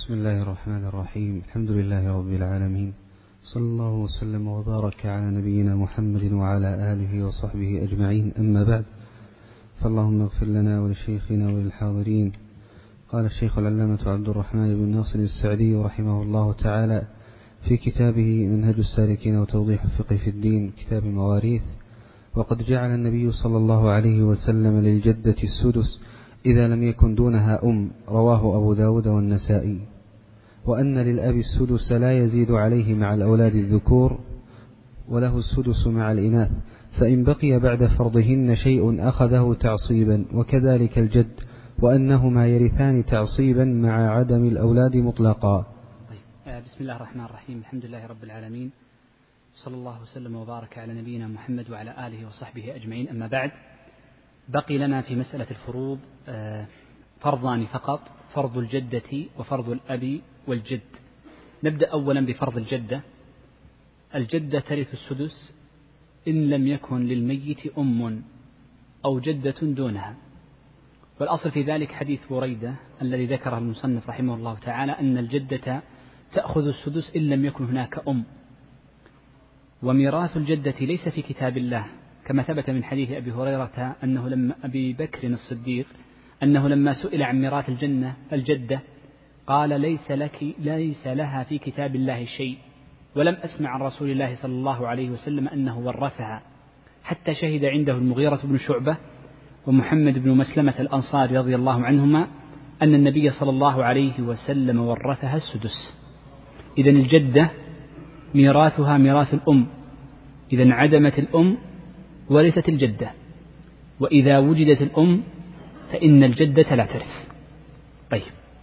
بسم الله الرحمن الرحيم. الحمد لله رب العالمين، صلى الله وسلم وبارك على نبينا محمد وعلى آله وصحبه أجمعين. أما بعد، فاللهم اغفر لنا ولشيخنا وللحاضرين. قال الشيخ العلامة عبد الرحمن بن ناصر السعدي رحمه الله تعالى في كتابه منهج السالكين وتوضيح الفقه في الدين، كتاب المواريث: وقد جعل النبي صلى الله عليه وسلم للجدة السدس إذا لم يكن دونها رواه أبو داود والنسائي. وأن للأب السدس لا يزيد عليه مع الأولاد الذكور، وله السدس مع الإناث، فإن بقي بعد فرضهن شيء أخذه تعصيبا، وكذلك الجد، وأنهما يرثان تعصيبا مع عدم الأولاد مطلقا. بسم الله الرحمن الرحيم. الحمد لله رب العالمين، صلى الله وسلم وبارك على نبينا محمد وعلى آله وصحبه أجمعين. أما بعد، بقي لنا في مسألة الفروض فرضان فقط: فرض الجدة وفرض الأب والجد. نبدأ أولا بفرض الجدة. الجدة ترث السدس إن لم يكن للميت أم أو جدة دونها، والأصل في ذلك حديث بريدة الذي ذكره المصنف رحمه الله تعالى أن الجدة تأخذ السدس إن لم يكن هناك أم. وميراث الجدة ليس في كتاب الله، كما ثبت من حديث أبي هريرة أبي بكر الصديق أنه لما سئل عن ميراث الجدة قال: ليس لها في كتاب الله شيء، ولم أسمع عن رسول الله صلى الله عليه وسلم أنه ورثها، حتى شهد عنده المغيرة بن شعبة ومحمد بن مسلمة الأنصاري رضي الله عنهما أن النبي صلى الله عليه وسلم ورثها السدس. إذن الجدة ميراثها ميراث الأم، إذا انعدمت الأم ورثت الجدة، وإذا وجدت الأم فإن الجدة لا ترث. طيب،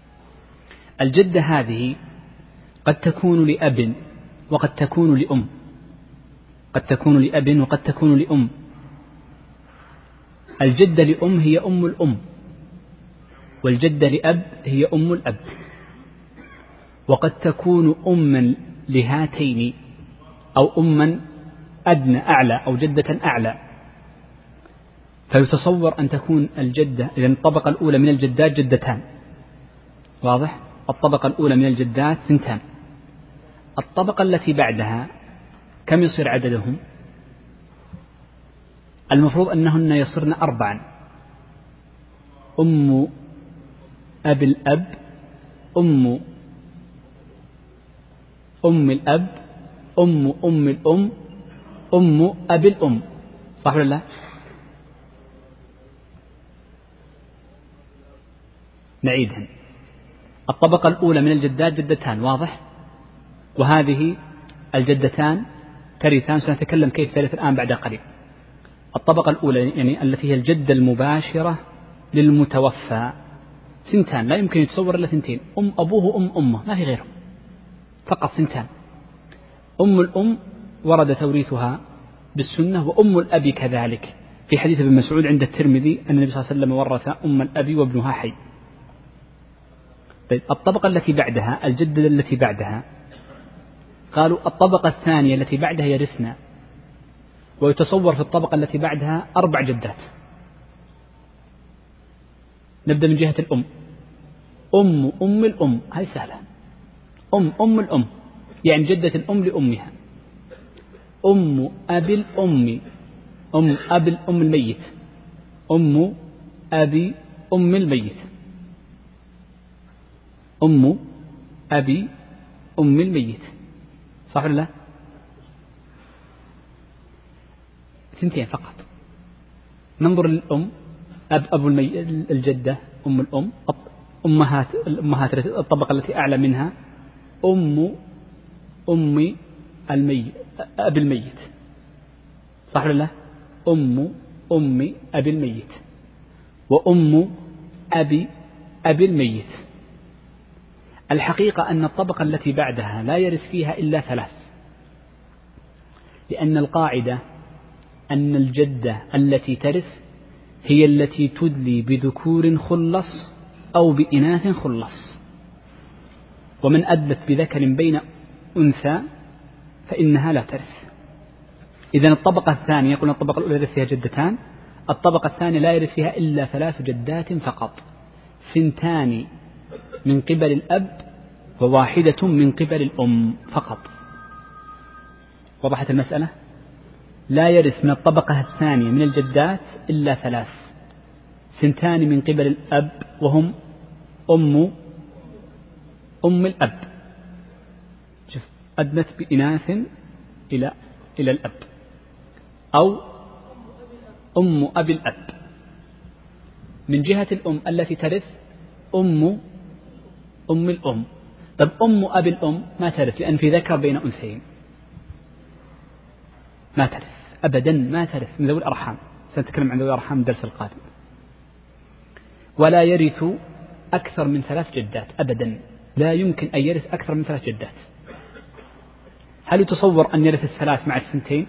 الجدة هذه قد تكون لأب وقد تكون لأم، قد تكون لأب وقد تكون لأم. الجدة لأم هي أم الأم، والجدة لأب هي أم الأب، وقد تكون أما لهاتين أو أما أدنى أعلى أو جدة أعلى. فيتصور أن تكون الجدة، إذن الطبقة الأولى من الجدات جدتان، واضح؟ الطبقة الأولى من الجدات 2. الطبقة التي بعدها كم يصير عددهم؟ المفروض أنهن يصيرن 4: أم أب الأب، أم الأب، أم الأم، أم أب الأم. صح ولا لا؟ نعيدها. الطبقة الأولى من الجدات جدتان، واضح؟ وهذه الجدتان ترثان، سنتكلم كيف ترث الآن بعد قليل. الطبقة الأولى يعني التي هي الجدة المباشرة للمتوفى 2، لا يمكن يتصور إلا 2: أم أبوه وأم أمه، ما في غيرهم، فقط 2. أم الأم ورد توريثها بالسنة، وأم الأب كذلك، في حديث ابن مسعود عند الترمذي أن النبي صلى الله عليه وسلم ورث أم الأب وابنها حي. طيب، الطبقة التي بعدها، الجدة التي بعدها، قالوا الطبقة الثانية التي بعدها يرثنا، ويتصور في الطبقة التي بعدها 4 جدات. نبدأ من جهة الأم: أم الأم، هذه سهلة، أم الأم يعني جدة الأم لأمها. أم أبي الأم، أم أبي الأم الميت، أم أبي أم الميت، أم أبي أم الميت. صح ولا لا؟ 2 فقط. ننظر للأم: أبو الجدة، أم الأم، الأمهات الطبقة التي أعلى منها: أم الميت، أبي الميت. صح ولا لا؟ أم أبي الميت، وأم أبي الميت. الحقيقة أن الطبقة التي بعدها لا يرث فيها إلا 3، لأن القاعدة أن الجدة التي ترث هي التي تدلي بذكور خلص أو بإناث خلص، ومن أدلت بذكر بين أنثى فإنها لا ترث. إذن الطبقة الثانية، يقول الطبقة الأولى يرث فيها جدتان، الطبقة الثانية لا يرث فيها إلا 3 جدات فقط: 2 من قبل الأب وواحدة من قبل الأم فقط. وضحت المسألة؟ لا يرث من الطبقة الثانية من الجدات إلا 3، 2 من قبل الأب وهم أم الأب، شوف أدنت بإناث إلى الأب، أو أم أبي الأب. من جهة الأم التي ترث أم الأم. طب أم أبي الأم ما ترث، لأن في ذكر بين أنثيين، ما ترث أبدا، ما ترث من ذوي الأرحام. سنتكلم عن ذوي الأرحام الدرس القادم. ولا يرث أكثر من 3 جدات أبدا، لا يمكن أن يرث أكثر من 3 جدات. هل يتصور أن يرث 3 مع 2؟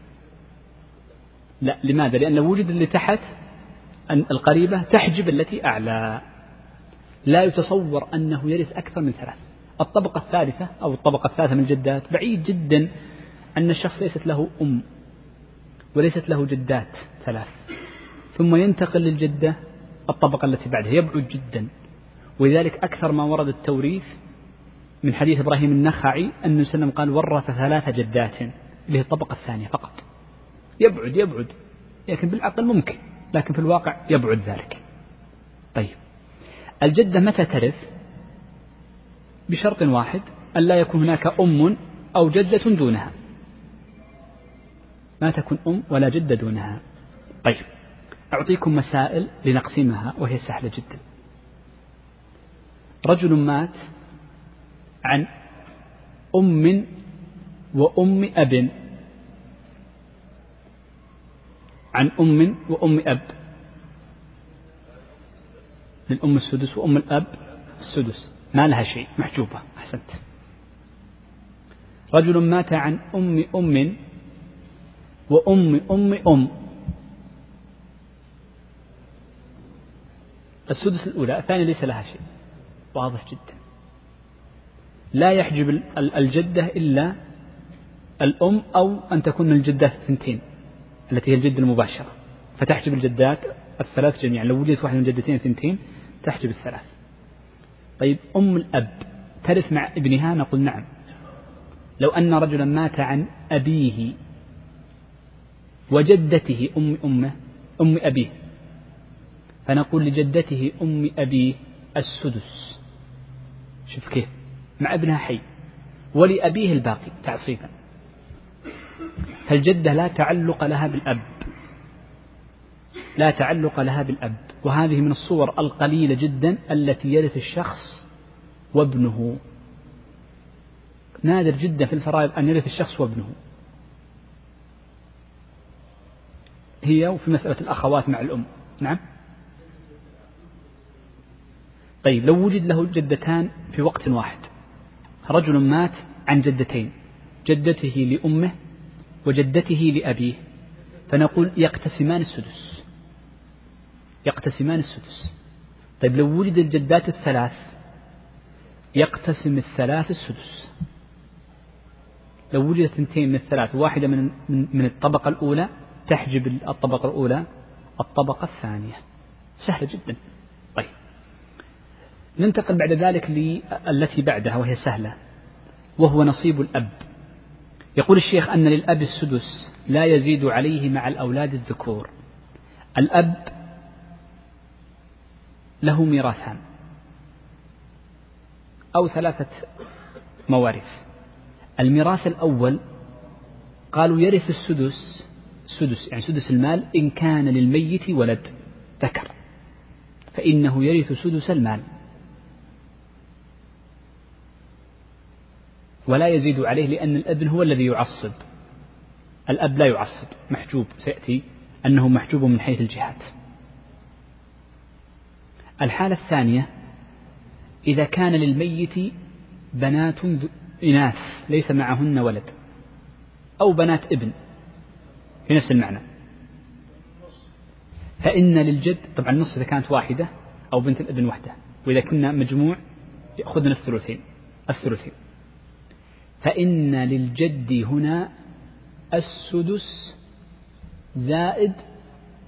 لا. لماذا؟ لأن وجد اللي تحت أن القريبة تحجب التي أعلى. لا يتصور أنه يرث أكثر من 3. الطبقة الثالثة أو الطبقة الثالثة من الجدات بعيد جدا أن الشخص ليست له أم وليست له جدات 3، ثم ينتقل للجدة الطبقة التي بعدها، يبعد جدا. ولذلك أكثر ما ورد التوريث من حديث إبراهيم النخعي أن سلم قال ورث 3 جدات، اللي هي الطبقة الثانية فقط. يبعد، لكن بالعقل ممكن، لكن في الواقع يبعد ذلك. طيب، الجدة متى ترث؟ بشرط واحد، أن لا يكون هناك أم أو جدة دونها، ما تكون أم ولا جدة دونها. طيب، أعطيكم مسائل لنقسمها وهي سهلة جدا. رجل مات عن أم وأم أب، عن أم وأم أب، للأم السدس وأم الأب السدس، ما لها شيء، محجوبة. أحسنت. رجل مات عن أم وأم السدس الأولى، الثانية ليس لها شيء، واضح جدا. لا يحجب الجدة إلا الأم، أو أن تكون الجدات 2 التي هي الجدة المباشرة، فتحجب الجدات 3 جميعا. لو وجدت واحدة من الجدتين 2 تحجب 3. طيب، أم الأب ترث مع ابنها؟ نقول نعم. لو أن رجلا مات عن أبيه وجدته أم أبيه، فنقول لجدته أم أبيه السدس. شوف كيف، مع ابنها حي، ولأبيه الباقي تعصيبا. فالجدة لا تعلق لها بالأب، لا تعلق لها بالأب. وهذه من الصور القليلة جدا التي يرث الشخص وابنه. نادر جدا في الفرائض أن يرث الشخص وابنه. هي وفي مسألة الأخوات مع الأم. نعم. طيب، لو وجد له جدتان في وقت واحد، رجل مات عن جدتين، جدته لأمه وجدته لأبيه، فنقول يقتسمان السدس. طيب، لو وجد الجدات 3 يقتسم 3 السدس. لو وجدت 2 من 3 واحدة من الطبقة الأولى تحجب الطبقة الأولى الطبقة الثانية. سهلة جدا. طيب، ننتقل بعد ذلك للتي بعدها وهي سهلة، وهو نصيب الأب. يقول الشيخ أن للأب السدس لا يزيد عليه مع الأولاد الذكور. الأب له ميراثان أو 3 موارث. الميراث الأول قالوا يرث السدس يعني سدس المال إن كان للميت ولد ذكر، فإنه يرث سدس المال ولا يزيد عليه، لأن الابن هو الذي يعصب. الأب لا يعصب، محجوب، سيأتي أنه محجوب من حيث الجهات. الحالة الثانية إذا كان للميت بنات إناث ليس معهن ولد، أو بنات ابن في نفس المعنى، فإن للجد طبعا النص إذا كانت واحدة أو بنت الابن وحده، وإذا كنا مجموع يأخذنا الثلثين. فإن للجد هنا السدس زائد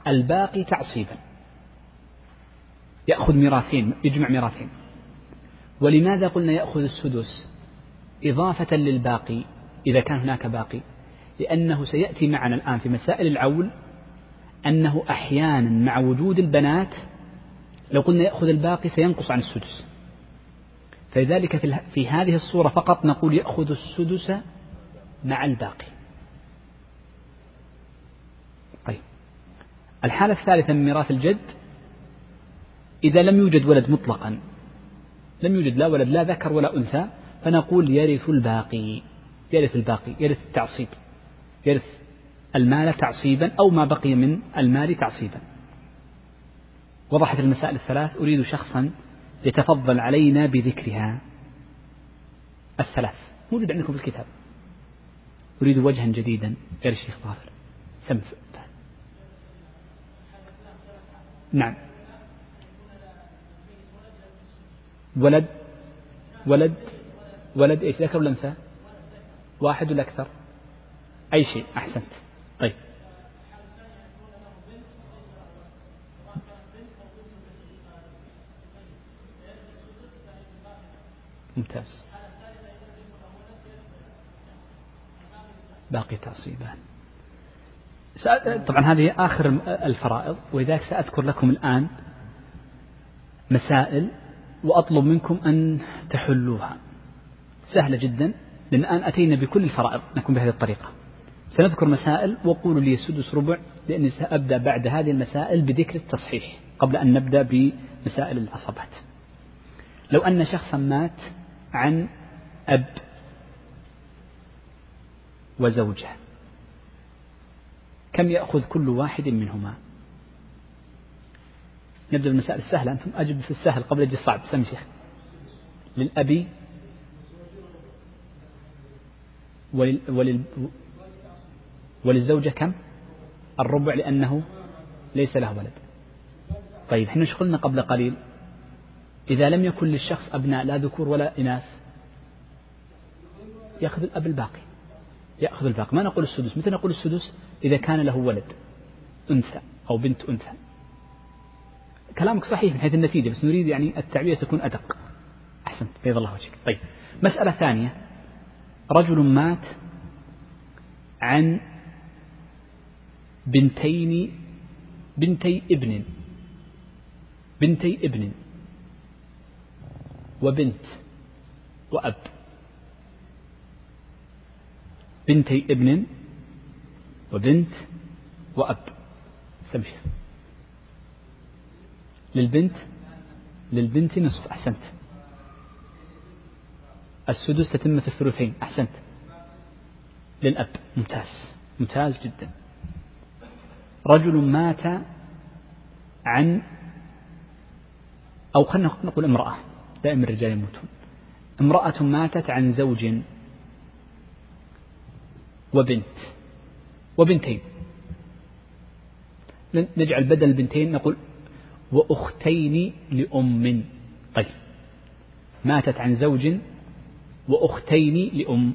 الباقي تعصيبا، يأخذ ميراثين، يجمع ميراثين. ولماذا قلنا يأخذ السدس إضافة للباقي إذا كان هناك باقي؟ لأنه سيأتي معنا الآن في مسائل العول أنه أحيانا مع وجود البنات لو قلنا يأخذ الباقي سينقص عن السدس، فلذلك في هذه الصورة فقط نقول يأخذ السدس مع الباقي. طيب، الحالة الثالثة من ميراث الجد إذا لم يوجد ولد مطلقا، لم يوجد لا ولد لا ذكر ولا أنثى، فنقول يرث الباقي، يرث الباقي، يرث التعصيب، يرث المال تعصيبا أو ما بقي من المال تعصيبا. وضحت المسائل الثلاث. أريد شخصا يتفضل علينا بذكرها الثلاث، موجود عندكم في الكتاب. أريد وجها جديدا غير الشيخ ظافر. سمت. نعم. ولد ولد ولد إيش، ذكر ولا أنثى؟ واحد ولا أكثر؟ أي شيء، أحسنت. طيب، ممتاز. باقي تعصيبان. طبعا هذه آخر الفرائض، ولذلك سأذكر لكم الآن مسائل وأطلب منكم أن تحلوها، سهلة جدا، لأن الآن أتينا بكل الفرائض نكون بهذه الطريقة. سنذكر مسائل وقولوا لي السدس ربع، لأني سأبدأ بعد هذه المسائل بذكر التصحيح قبل أن نبدأ بمسائل العصبات. لو أن شخصا مات عن أب وزوجة، كم يأخذ كل واحد منهما؟ نبدأ بالمسائل السهلة، أنتم أجب في السهل قبل يجي الصعب. سمي شيخ. للأبي وللزوجة كم؟ الربع، لأنه ليس له ولد. طيب، احنا شغلنا قبل قليل إذا لم يكن للشخص أبناء لا ذكور ولا إناث يأخذ الأب الباقي، يأخذ الباقي. ما نقول السدس، مثل نقول السدس إذا كان له ولد أنثى أو بنت أنثى. كلامك صحيح من حيث النتيجة، بس نريد يعني التعبير تكون أدق. أحسنت، بيض الله وجهك. طيب، مسألة ثانية، رجل مات عن بنتي ابن وبنت وأب. بنتي ابن وبنت وأب. سمشي. للبنت نصف. أحسنت. السدس تتمة الثلثين. أحسنت. للأب. ممتاز جدا. رجل مات عن، أو خلنا نقول امرأة، دائما الرجال يموتون. امرأة ماتت عن زوج وبنتين، نجعل بدل البنتين نقول وأختين لأم. طيب، ماتت عن زوج وأختين لأم.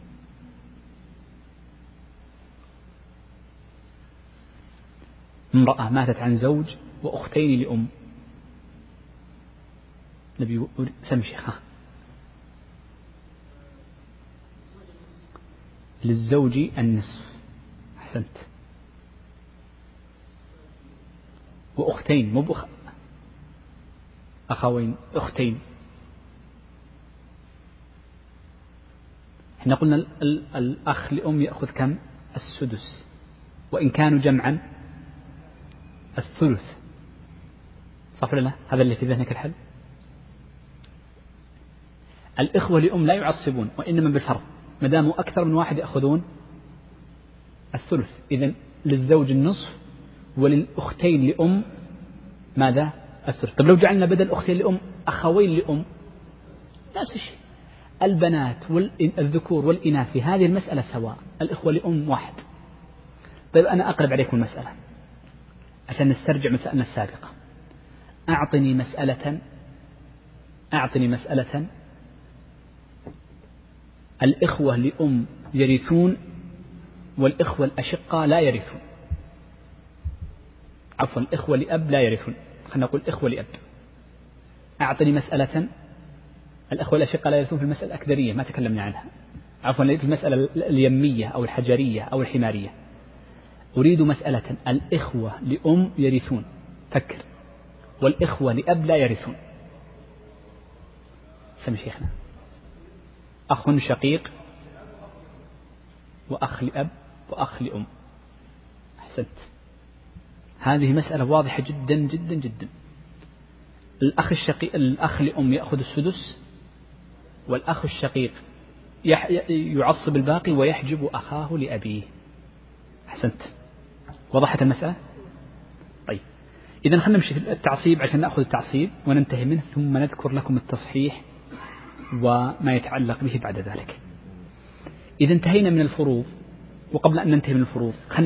امرأة ماتت عن زوج وأختين لأم. نبي سمشي. للزوج النصف. أحسنت. وأختين، مو أخوين، أختين. احنا قلنا الأخ لأم يأخذ كم؟ السدس، وإن كانوا جمعا الثلث. صح ولا لا؟ هذا اللي في ذهنك الحل. الإخوة لأم لا يعصبون، وإنما بالفرض، ما داموا أكثر من واحد يأخذون الثلث. إذن للزوج النصف وللأختين لأم ماذا؟ الثلث. طب لو جعلنا بدل أختين لأم أخوين لأم، نفس الشيء. البنات والذكور والإناث في هذه المسألة سواء، الإخوة لأم واحد. طيب، أنا أقلب عليكم المسألة عشان نسترجع مسألة السابقة. أعطني مسألة الإخوة لأم يرثون والإخوة الأشقاء لا يرثون. عفوا، الإخوة لأب لا يرثون، خلينا نقول إخوة لأب. أعطني مسألة الأخوة الأشقاء لا يرثون في المسألة الأكدرية ما تكلمنا عنها، عفوا في المسألة اليمية أو الحجرية أو الحمارية. أريد مسألة الإخوة لأم يرثون، فكر، والإخوة لأب لا يرثون. سمي شيخنا. أخ شقيق وأخ لأب وأخ لأم. أحسنت. هذه مسألة واضحة جدا جدا جدا. الأخ الشقيق الأخ لأم يأخذ السدس، والأخ الشقيق يعصب الباقي ويحجب أخاه لأبيه. أحسنت. وضحت المسألة؟ طيب إذن خلنا نمشي في التعصيب عشان نأخذ التعصيب وننتهي منه، ثم نذكر لكم التصحيح وما يتعلق به بعد ذلك. إذا انتهينا من الفروض، وقبل أن ننتهي من الفروض خلنا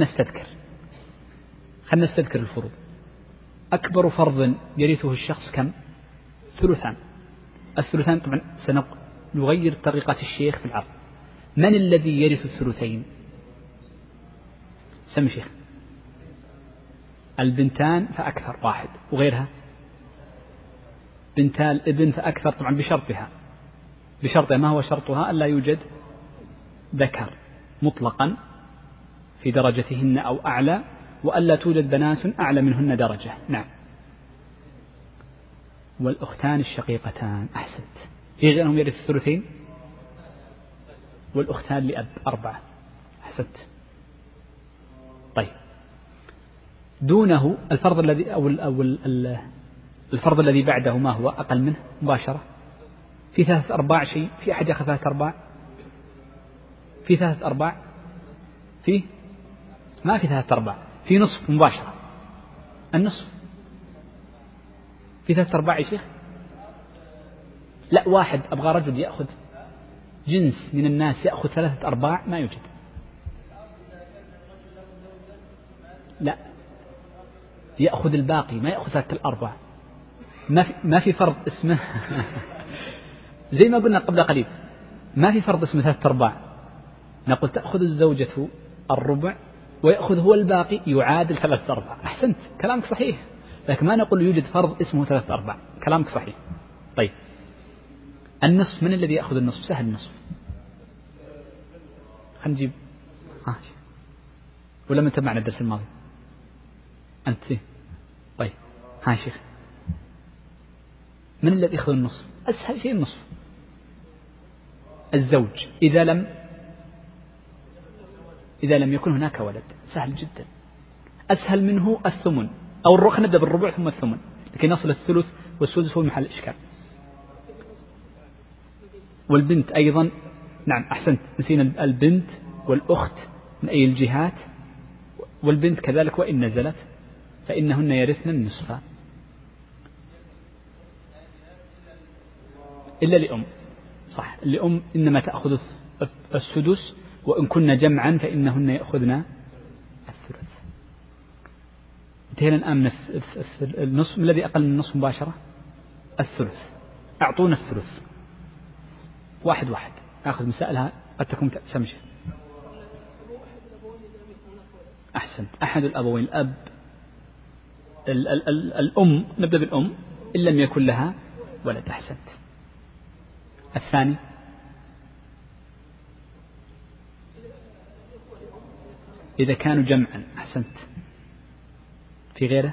نستذكر الفروض. أكبر فرض يرثه الشخص كم؟ ثلثان. الثلثان طبعا سنغير طريقة الشيخ في العرض. من الذي يرث الثلثين؟ سمي شيخ. البنتان فأكثر واحد، وغيرها بنتا الابن فأكثر، طبعا بشرطها ما هو شرطها؟ ألا يوجد ذكر مطلقا في درجتهن أو أعلى، وألا توجد بنات أعلى منهن درجة. نعم. والأختان الشقيقتان. أحسنت. في غيرهم يرث الثلثين؟ والأختان لأب 4. أحسنت. طيب دونه الفرض الذي الفرض الذي بعده ما هو أقل منه مباشرة؟ في 3/4 شيء؟ في أحد يأخذ 3/4؟ في 3/4؟ فيه ما في 3/4، في نصف مباشرة. النصف في 3/4 يا شيخ؟ لا، واحد أبغى رجل يأخذ جنس من الناس يأخذ 3/4 ما يوجد. لا، يأخذ الباقي ما يأخذ 3/4. ما في فرض اسمه زي ما قلنا قبل قليل، ما في فرض اسمه 3/4. نقول تأخذ الزوجة الربع ويأخذ هو الباقي يعادل 3/4. أحسنت، كلامك صحيح، لكن ما نقول يوجد فرض اسمه 3/4. كلامك صحيح. طيب النصف، من الذي يأخذ النصف؟ سهل النصف. خلينا نجيب ولا من تبعنا الدرس الماضي؟ أنت فيه. طيب ها يا شيخ، من الذي يأخذ النصف؟ أسهل شيء النصف. الزوج إذا لم يكن هناك ولد، سهل جدا. أسهل منه الثمن أو الربع. نبدأ بالربع ثم الثمن لكي نصل الثلث والسدس هو محل الإشكال. والبنت أيضا. نعم أحسنت، نسينا البنت والأخت من أي الجهات، والبنت كذلك وإن نزلت فإنهن يرثن النصف إلا لأم. صح، لأم إنما تأخذ السدس، وإن كن جمعا فإنهن يأخذن الثلث. انتهينا الآن من النصف. الذي أقل من النصف مباشرة الثلث. أعطونا الثلث واحد أخذ مسائلها قد تكون سمشة. أحسنت. أحد الأبوين، الأب الأم. نبدأ بالأم إن لم يكن لها ولد. أحسنت. الثاني إذا كانوا جمعا. أحسنت. في غيره؟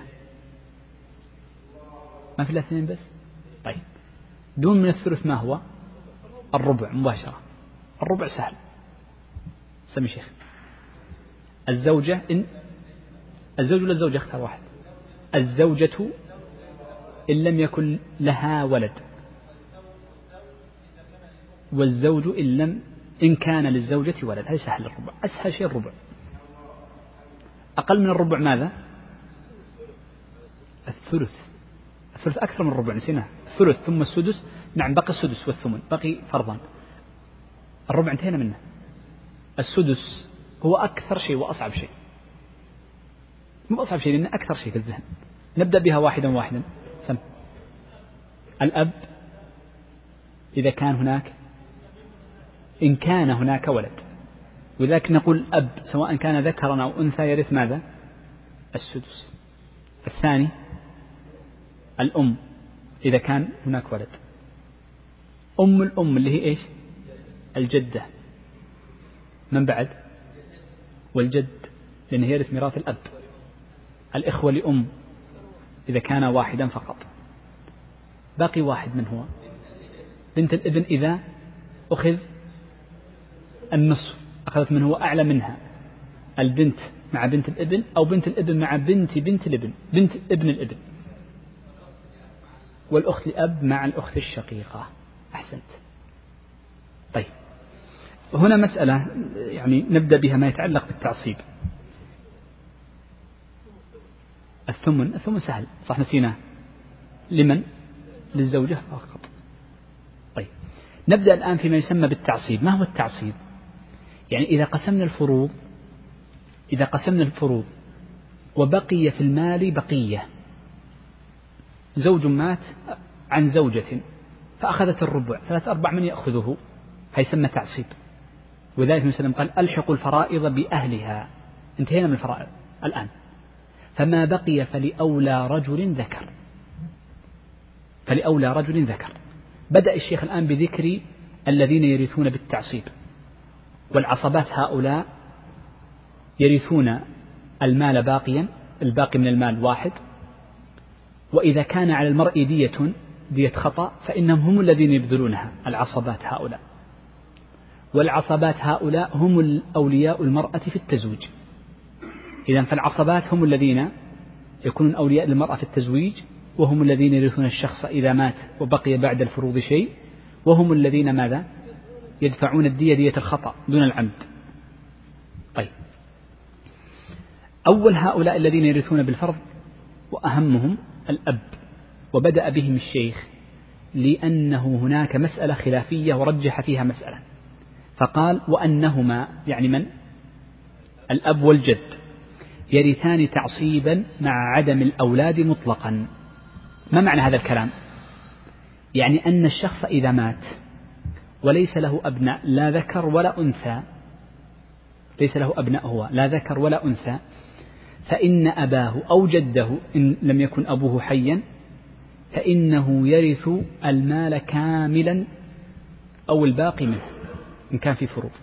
ما في الاثنين بس. طيب دون من الثلث ما هو؟ الربع مباشرة. الربع سهل. سمي شيخ. الزوجة الزوج ولا الزوجة؟ اختار واحد. الزوجة إن لم يكن لها ولد، والزوج إن كان للزوجة ولد. هذا سهل. الربع أسهل شيء. الربع. أقل من الربع ماذا؟ الثلث. الثلث أكثر من الربع، نسيناه. الثلث ثم السدس. نعم بقي السدس والثمن، بقي فرضان. الربع انتهينا منه. السدس هو أكثر شيء وأصعب شيء. مو أصعب شيء لأنه أكثر شيء في الذهن. نبدأ بها واحدا. سم. الأب إذا كان هناك، إن كان هناك ولد، وذلك نقول الأب سواء كان ذكرا أو أنثى يرث ماذا؟ السدس. الثاني الأم إذا كان هناك ولد. أم الأم اللي هي إيش؟ الجدة. من بعد؟ والجد، لأنه يرث ميراث الأب. الإخوة لأم إذا كان واحدا فقط. باقي واحد من هو؟ بنت الابن إذا أخذ النصف، أخذت من هو أعلى منها، البنت مع بنت الابن، أو بنت الابن مع بنت الابن، بنت ابن الابن. والأخت لأب مع الأخت الشقيقة. أحسنت. طيب، هنا مسألة يعني نبدأ بها ما يتعلق بالتعصيب. الثمن سهل، صح، نسيناه. لمن؟ للزوجة فقط. طيب، نبدأ الآن فيما يسمى بالتعصيب. ما هو التعصيب؟ يعني إذا قسمنا الفروض وبقي في المال بقية، زوج مات عن زوجة فأخذت الربع، 3/4 من يأخذه؟ هيسمى تعصيب. وذلك النبي صلى الله عليه وسلم قال ألحقوا الفرائض بأهلها. انتهينا من الفرائض الآن، فما بقي فلأولى رجل ذكر. بدأ الشيخ الآن بذكر الذين يرثون بالتعصيب. والعصبات هؤلاء يرثون المال باقيا، الباقي من المال واحد. وإذا كان على المرء دية خطأ فإنهم هم الذين يبذلونها، العصبات هؤلاء. والعصبات هؤلاء هم أولياء المرأة في التزويج. إذن فالعصبات هم الذين يكونون أولياء المرأة في التزويج، وهم الذين يرثون الشخص إذا مات وبقي بعد الفروض شيء، وهم الذين ماذا؟ يدفعون دية الخطأ دون العمد. طيب، أول هؤلاء الذين يرثون بالفرض وأهمهم الأب، وبدأ بهم الشيخ لأنه هناك مسألة خلافية ورجح فيها مسألة، فقال وأنهما، يعني من؟ الأب والجد، يرثان تعصيبا مع عدم الأولاد مطلقا. ما معنى هذا الكلام؟ يعني أن الشخص إذا مات وليس له أبناء لا ذكر ولا أنثى، ليس له أبناء هو لا ذكر ولا أنثى، فإن أباه أو جده إن لم يكن أبوه حيا فإنه يرث المال كاملا أو الباقي منه إن كان في فروض.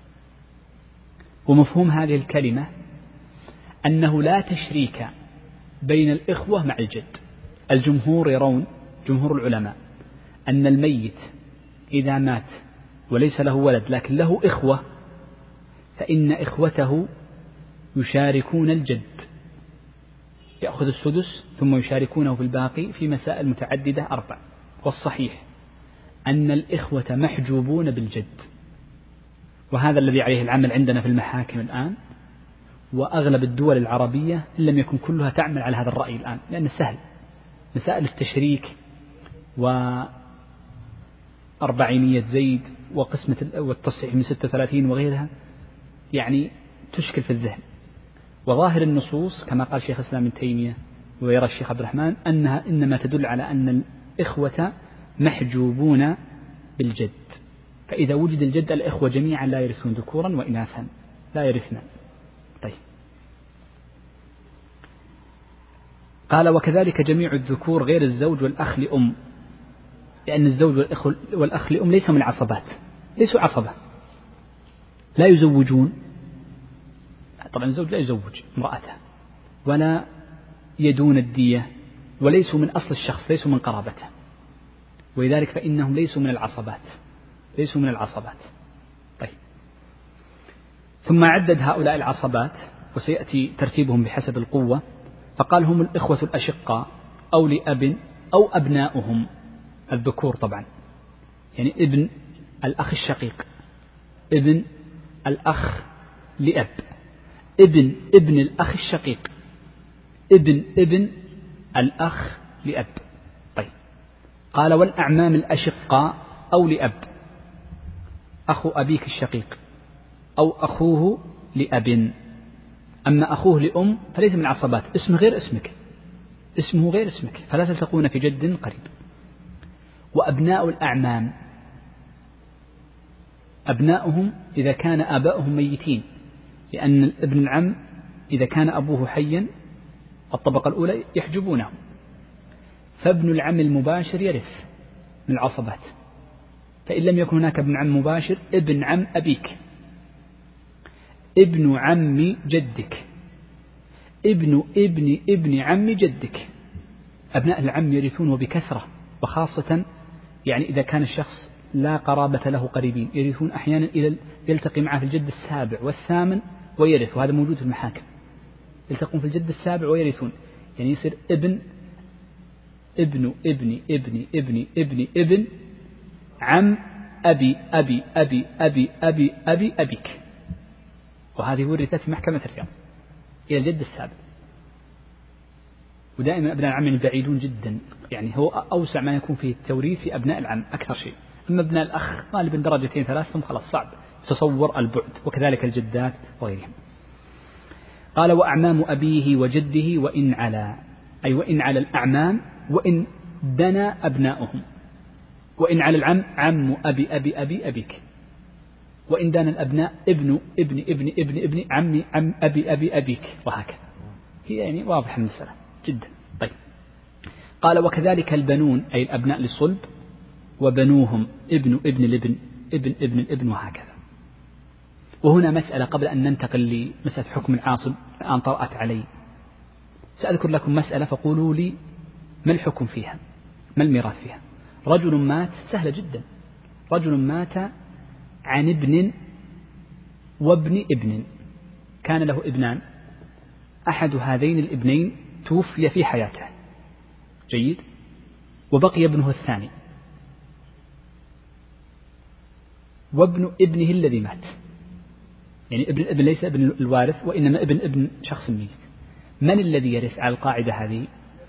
ومفهوم هذه الكلمة أنه لا تشريك بين الإخوة مع الجد. الجمهور يرون، جمهور العلماء، أن الميت إذا مات وليس له ولد لكن له إخوة فإن إخوته يشاركون الجد، يأخذ السدس ثم يشاركونه في الباقي في مسائل متعددة 4. والصحيح أن الإخوة محجوبون بالجد، وهذا الذي عليه العمل عندنا في المحاكم الآن، وأغلب الدول العربية إن لم يكن كلها تعمل على هذا الرأي الآن، لأنه سهل. مسائل التشريك وأربعينية زيد وقسمة والتصحيح من 36 وغيرها يعني تشكل في الذهن. وظاهر النصوص كما قال شيخ الإسلام ابن تيمية ويرى الشيخ عبد الرحمن أنها إنما تدل على أن الإخوة محجوبون بالجد، فإذا وجد الجد الإخوة جميعا لا يرثون ذكورا وإناثا، لا يرثنا. طيب، قال وكذلك جميع الذكور غير الزوج والأخ لأم، لأن الزوج والأخ لأم ليسوا من العصبات، ليسوا عصبة، لا يزوجون. طبعا الزوج لا يزوج امرأته ولا يدون الدية، وليسوا من أصل الشخص، ليسوا من قرابته، ولذلك فإنهم ليسوا من العصبات، ليسوا من العصبات. طيب، ثم عدد هؤلاء العصبات وسيأتي ترتيبهم بحسب القوة، فقال هم الإخوة الأشقاء أو لأب أو أبناؤهم، الذكور طبعا، يعني ابن الأخ الشقيق، ابن الأخ لأب، ابن الأخ الشقيق، ابن الأخ لأب. طيب، قال والأعمام الأشقاء أو لأب، أخو أبيك الشقيق أو أخوه لأب. أما أخوه لأم فليس من العصبات، اسمه غير اسمك، اسمه غير اسمك، فلا تلتقون في جد قريب. وأبناء الأعمام أبناؤهم إذا كان آباؤهم ميتين، لأن ابن العم إذا كان أبوه حيا الطبقة الأولى يحجبونه، فابن العم المباشر يرث من العصبات. فإن لم يكن هناك ابن عم مباشر ابن عم أبيك، ابن عم جدك، ابن عم جدك. أبناء العم يرثون وبكثرة، وخاصة يعني إذا كان الشخص لا قرابة له قريبين يرثون أحيانا إلى يلتقي معه في الجد السابع والثامن ويرث، وهذا موجود في المحاكم، يلتقون في الجد السابع ويرثون، يعني يصير ابن عم أبيك، وهذه ورثت في محكمة الرياض إلى الجد السابع. ودائما أبناء العم بعيدون جدا، يعني هو أوسع ما يكون فيه التوريث في أبناء العم أكثر شيء، أما ابناء الأخ غالبا درجتين ثلاث ثم خلاص صعب تصور البعد، وكذلك الجدات وغيرهم. قال وأعمام أبيه وجده وإن على، أي وإن على الأعمام وإن دنا أبناؤهم، وإن على العم عم أبيك، وإن دان الأبناء ابن عم أبيك، وهكذا. هي يعني واضح المسألة جدا. طيب قال وكذلك البنون أي الأبناء للصلب، وبنوهم ابن الابن وهكذا. وهنا مسألة قبل أن ننتقل لمسألة حكم العاصب الآن طرأت علي، سأذكر لكم مسألة فقولوا لي ما الحكم فيها، ما الميراث فيها. رجل مات، سهلة جدا، رجل مات عن ابن وابن ابن، كان له ابنان، أحد هذين الابنين توفي في حياته، جيد، وبقي ابنه الثاني وابن ابنه الذي مات، يعني ابن الابن ليس ابن الوارث وإنما ابن شخص ميت. من الذي يرث على القاعدة هذه؟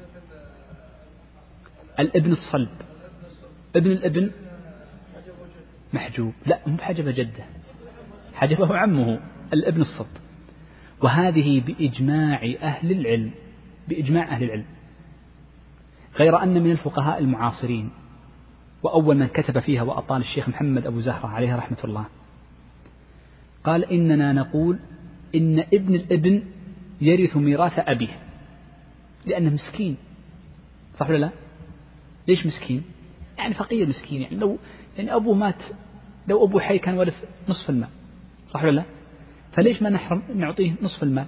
الابن الصلب. ابن الابن محجوب، لا مو حجب جده، حجبه عمه الابن الصلب. وهذه بإجماع أهل العلم، بإجماع أهل العلم، غير أن من الفقهاء المعاصرين وأول من كتب فيها وأطال الشيخ محمد أبو زهرة عليه رحمة الله، قال إننا نقول إن ابن الابن يرث ميراث أبيه لأنه مسكين، صح ولا لا؟ ليش مسكين؟ يعني فقير مسكين، يعني لو يعني أبوه مات، لو أبوه حي كان ورث نصف المال، صح ولا لا؟ فليش ما نحرم نعطيه نصف المال؟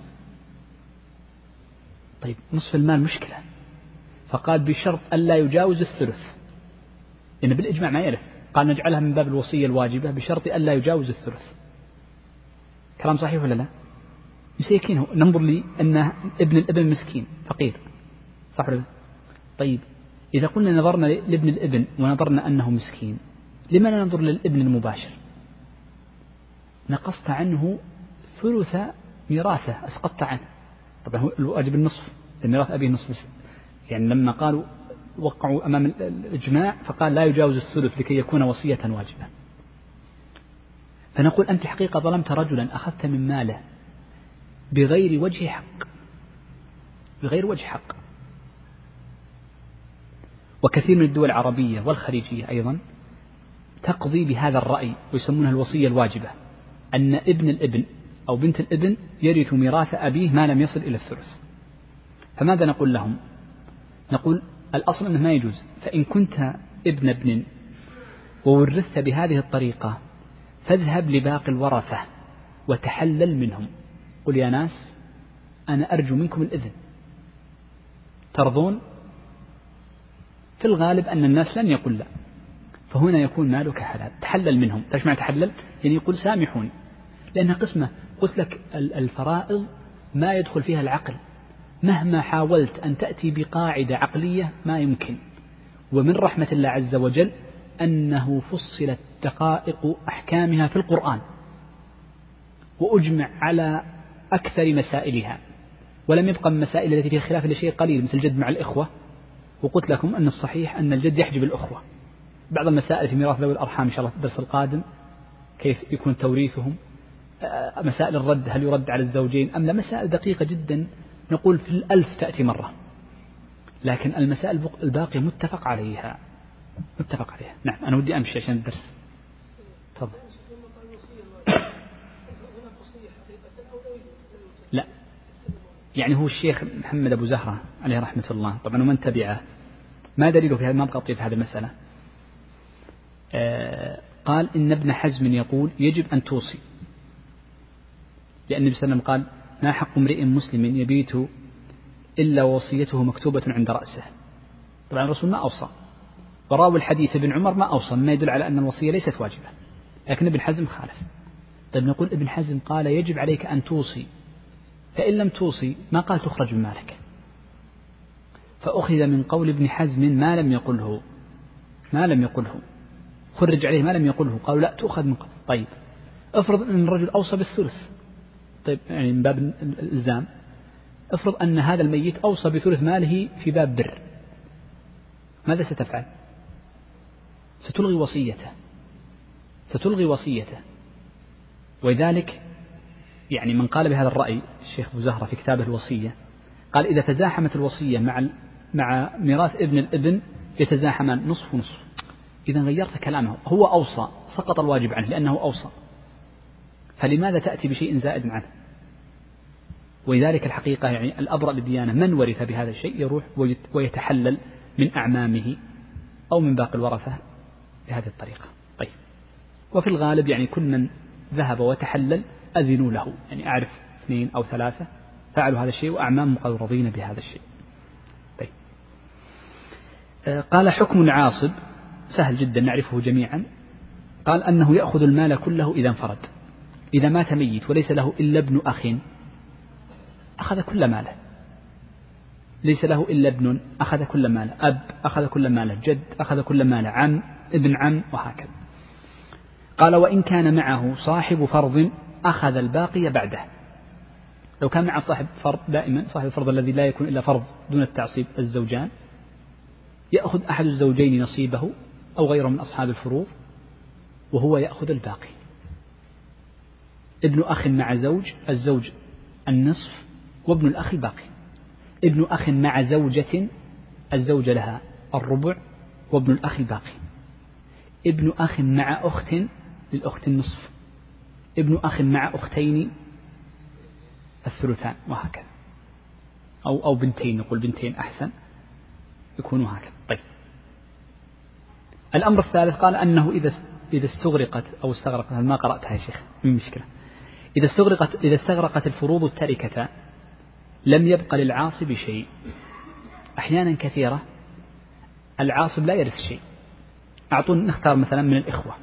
طيب نصف المال مشكلة، فقال بشرط ألا يجاوز الثلث، إن بالإجماع ما يرث، قال نجعلها من باب الوصية الواجبة بشرط ألا يجاوز الثلث. كلام صحيح ولا لا؟ مسكين هو، ننظر لي أن ابن الابن مسكين فقير، صح ولا لا؟ طيب إذا قلنا نظرنا لابن الابن ونظرنا أنه مسكين، لما لا ننظر للابن المباشر؟ نقصت عنه ثلث ميراثه، أسقطت عنه. طبعا هو الواجب النصف، الميراث أبيه نصف، يعني لما قالوا وقعوا أمام الإجماع فقال لا يجاوز الثلث لكي يكون وصية واجبة. فنقول أنت حقيقة ظلمت رجلا، أخذت من ماله بغير وجه حق، بغير وجه حق. وكثير من الدول العربية والخليجية أيضا تقضي بهذا الرأي ويسمونها الوصية الواجبة، أن ابن الابن أو بنت الابن يرث ميراث أبيه ما لم يصل إلى الثلث. فماذا نقول لهم؟ نقول الأصل أنه ما يجوز، فإن كنت ابن ابن وورثت بهذه الطريقة فاذهب لباقي الورثة وتحلل منهم، قل يا ناس أنا أرجو منكم الإذن، ترضون؟ في الغالب أن الناس لن يقول لا، فهنا يكون مالك حلال، تحلل منهم. ايش معنى تحلل؟ يعني يقول سامحوني، لأنها قسمة، قلت لك الفرائض ما يدخل فيها العقل، مهما حاولت أن تأتي بقاعدة عقلية ما يمكن. ومن رحمة الله عز وجل أنه فصلت دقائق أحكامها في القرآن وأجمع على أكثر مسائلها، ولم يبقى من المسائل التي فيها خلاف إلا شيء قليل مثل الجد مع الإخوة، وقلت لكم أن الصحيح أن الجد يحجب الأخوة. بعض المسائل في ميراث ذوي الأرحام إن شاء الله في الدرس القادم كيف يكون توريثهم، مسائل الرد هل يرد على الزوجين أم لا، مسائل دقيقة جدا نقول في 1000 تأتي مرة، لكن المسائل الباقية متفق عليها، متفق عليها. نعم أنا ودي أمشي عشان الدرس. تفضل. لا يعني هو الشيخ محمد أبو زهرة عليه رحمة الله طبعا ومن تبعه، ما دليله في هذا؟ ما بقى في هذه المسألة. قال إن ابن حزم يقول يجب أن توصي، لأن النبي صلى الله عليه وسلم قال ما حق امرئ مسلم يبيت إلا وصيته مكتوبة عند رأسه. طبعا الرسول ما أوصى، وراوي الحديث ابن عمر ما أوصى، مما يدل على أن الوصية ليست واجبة، لكن ابن حزم خالف. طيب نقول ابن حزم قال يجب عليك أن توصي، فإن لم توصي ما قال تخرج من مالك، فأخذ من قول ابن حزم ما لم يقله خرج عليه ما لم يقله، قالوا لا تأخذ من قول. طيب افرض أن الرجل أوصى بالثلث، طيب يعني من باب الإلزام، افرض أن هذا الميت أوصى بثلث ماله في باب بر، ماذا ستفعل؟ ستلغي وصيته. ولذلك يعني من قال بهذا الرأي الشيخ أبو زهرة في كتابه الوصية قال إذا تزاحمت الوصية مع ميراث ابن الابن يتزاحمان نصف ونصف. إذا غيرت كلامه، هو أوصى سقط الواجب عنه لأنه أوصى، فلماذا تأتي بشيء زائد عنه؟ ولذلك الحقيقة يعني الأبرأ للديانة من ورث بهذا الشيء يروح ويتحلل من أعمامه أو من باقي الورثة بهذه الطريقة. طيب وفي الغالب يعني كل من ذهب وتحلل أذنوا له، يعني أعرف 2 أو 3 فعلوا هذا الشيء وأعمام قالوا رضينا بهذا الشيء. طيب قال حكم العاصب سهل جدا نعرفه جميعا، قال أنه يأخذ المال كله إذا انفرد، إذا مات ميت وليس له إلا ابن أخ أخذ كل ماله، ليس له إلا ابن أخذ كل ماله، أب أخذ كل ماله، جد أخذ كل ماله، عم ابن عم وهكذا. قال وإن كان معه صاحب فرض أخذ الباقي بعده. لو كان مع صاحب فرض، دائما صاحب الفرض الذي لا يكون إلا فرض دون التعصيب الزوجان، يأخذ أحد الزوجين نصيبه أو غيره من أصحاب الفروض وهو يأخذ الباقي. ابن أخ مع زوج، الزوج النصف وابن الأخ الباقي. ابن أخ مع زوجة، الزوجة لها الربع وابن الأخ الباقي. ابن أخ مع أخت، للأخت النصف. ابن أخ مع أختين الثلثان وهكذا، أو بنتين، نقول بنتين أحسن يكونوا هكذا. طيب الأمر الثالث قال أنه إذا استغرقت أو استغرقت، ما قرأتها يا شيخ من مشكلة، إذا استغرقت الفروض التركة لم يبقى للعاصب شيء. أحيانا كثيرة العاصب لا يرث شيء. نختار مثلا من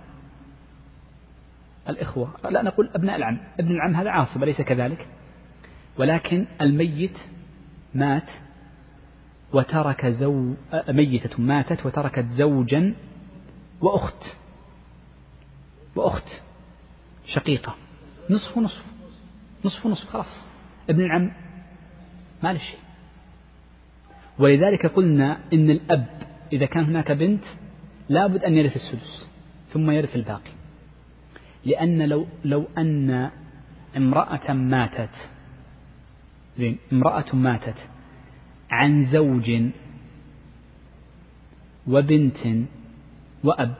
الإخوة، لا نقول أبناء العم، ابن العم هذا عاصب أليس كذلك؟ ولكن الميت مات وترك ميتة ماتت وتركت زوجا وأخت شقيقة، نصف ونصف خلاص، ابن العم ما له شيء. ولذلك قلنا إن الأب إذا كان هناك بنت لابد أن يرث السدس ثم يرث الباقي، لأن لو أن امرأة ماتت عن زوج وبنت وأب،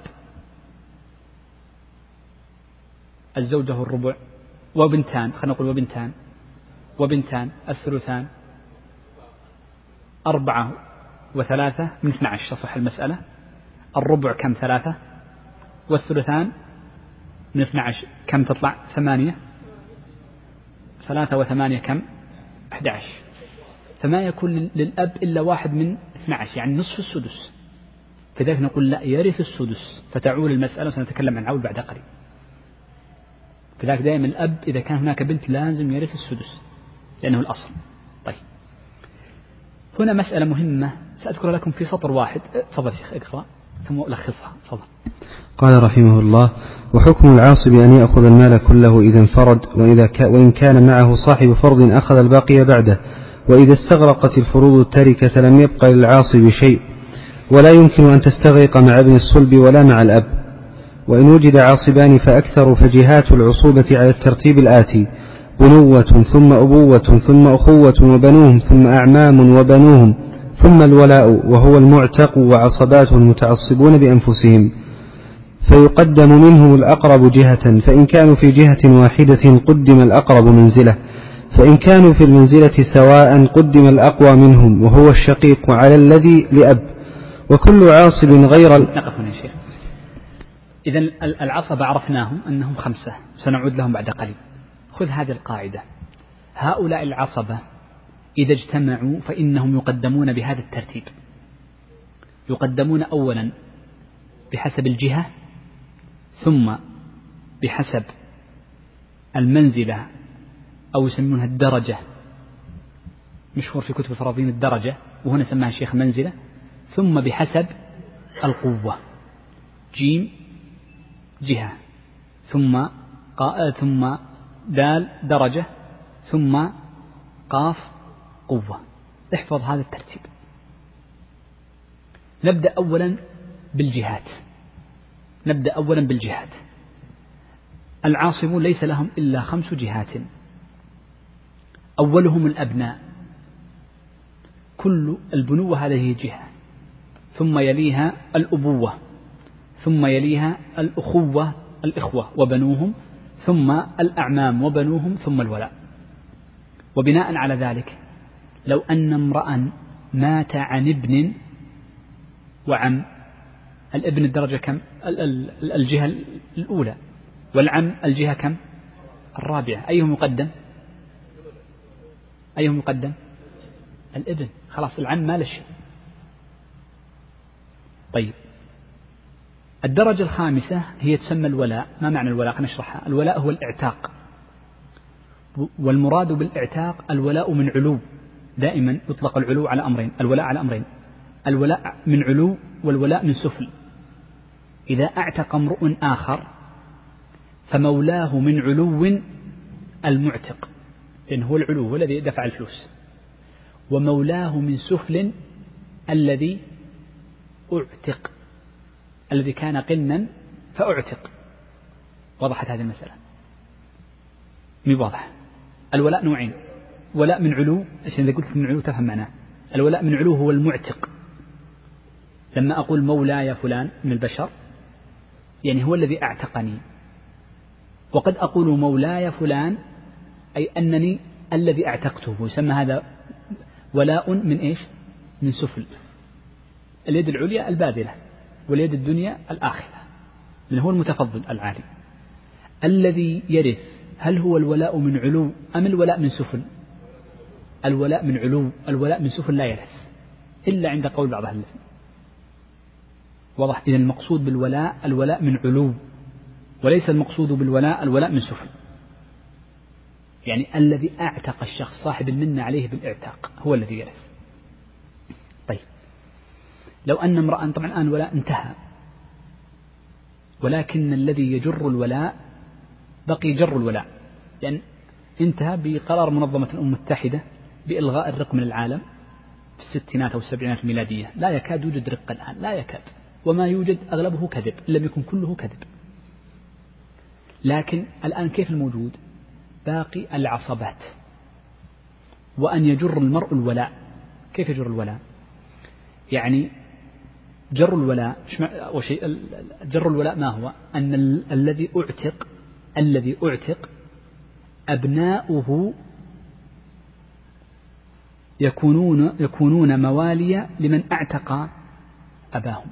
الزوجة الربع وبنتان، خلينا نقول وبنتان الثلثان، 4 و3 من 12 تصح المسألة. الربع كم؟ 3، والثلثان من 12 كم تطلع؟ 8. 3 و8 كم؟ 11. فما يكون للأب إلا 1 من 12، يعني نصف السدس. فذلك نقول لا، يرث السدس، فتعول المسألة وسنتكلم عن عول بعد قليل. فذلك دائما الأب إذا كان هناك بنت لازم يرث السدس لأنه الأصل. طيب هنا مسألة مهمة سأذكر لكم في سطر واحد. تفضل شيخ اقرأ ثم ألخصها. تفضل. قال رحمه الله: وحكم العاصب أن يأخذ المال كله إذا انفرد، وإن كان معه صاحب فرض أخذ الباقي بعده، وإذا استغرقت الفروض التركة لم يبق للعاصب شيء، ولا يمكن أن تستغرق مع ابن الصلب ولا مع الأب. وإن وجد عاصبان فأكثر فجهات العصوبة على الترتيب الآتي: بنوة ثم أبوة ثم أخوة وبنوهم ثم أعمام وبنوهم ثم الولاء وهو المعتق وعصبات المتعصبون بأنفسهم، فيقدم منهم الأقرب جهة، فإن كانوا في جهة واحدة قدم الأقرب منزلة، فإن كانوا في المنزلة سواء قدم الأقوى منهم وهو الشقيق على الذي لأب. وكل عاصب غير نقف هنا يا شيخ. إذن العصبة عرفناهم أنهم 5، سنعود لهم بعد قليل. خذ هذه القاعدة: هؤلاء العصبة إذا اجتمعوا فإنهم يقدمون بهذا الترتيب. يقدمون أولا بحسب الجهة، ثم بحسب المنزلة أو يسمونها الدرجة، مشهور في كتب الفراضين الدرجة، وهنا سماها الشيخ منزلة، ثم بحسب القوة، جيم جهة، ثم ثم دال درجة، ثم قاف قوة. احفظ هذا الترتيب. نبدأ أولا بالجهات. العاصبون ليس لهم إلا 5 جهات. أولهم الأبناء، كل البنوة هذه جهة، ثم يليها الأبوة، ثم يليها الإخوة وبنوهم، ثم الأعمام وبنوهم، ثم الولاء. وبناء على ذلك لو أن امرأ مات عن ابن وعم، الابن الدرجة كم؟ الجهة الأولى، والعم الجهة كم؟ الرابعة. أيهم يقدم؟ الابن. خلاص العم ما له شيء. طيب، الدرجة الخامسة هي تسمى الولاء. ما معنى الولاء؟ نشرحها. الولاء هو الاعتاق، والمراد بالاعتاق الولاء من علو. دائما يطلق العلو على أمرين، الولاء على أمرين: الولاء من علو والولاء من سفل. إذا اعتق امرؤ آخر فمولاه من علو المعتق، لأن هو العلو هو الذي دفع الفلوس، ومولاه من سفل الذي أعتق، الذي كان قنا فأعتق. وضحت هذه المسألة؟ مي واضح؟ الولاء نوعين: ولاء من علو، عشان إذا قلت من علو تفهم معناه. الولاء من علو هو المعتق. لما أقول مولاي فلان من البشر يعني هو الذي أعتقني، وقد أقول مولاي فلان أي أنني الذي أعتقته، ويسمى هذا ولاء من إيش؟ من سفل. اليد العليا الباذلة، واليد الدنيا الآخرة، من هو المتفضل العالي. الذي يرث هل هو الولاء من علو أم الولاء من سفل؟ الولاء من علو. الولاء من سفل لا يرث إلا عند قول بعض أهل العلم. واضح؟ إذن المقصود بالولاء الولاء من علو، وليس المقصود بالولاء الولاء من سفل. يعني الذي أعتق الشخص صاحب المنة عليه بالإعتاق هو الذي يرث. طيب، لو أن امرأة، طبعا الآن الولاء انتهى، ولكن الذي يجر الولاء بقي جر الولاء، لأن انتهى بقرار منظمة الأمم المتحدة بإلغاء الرق من العالم في الستينات أو السبعينات الميلادية. لا يكاد يوجد رق الآن، لا يكاد، وما يوجد أغلبه كذب إن لم يكن كله كذب. لكن الآن كيف الموجود؟ باقي العصبات، وأن يجر المرء الولاء. كيف يجر الولاء؟ يعني جر الولاء جر الولاء ما هو؟ أن الذي أعتق أبناؤه يكونون مواليا لمن أعتق أباهم.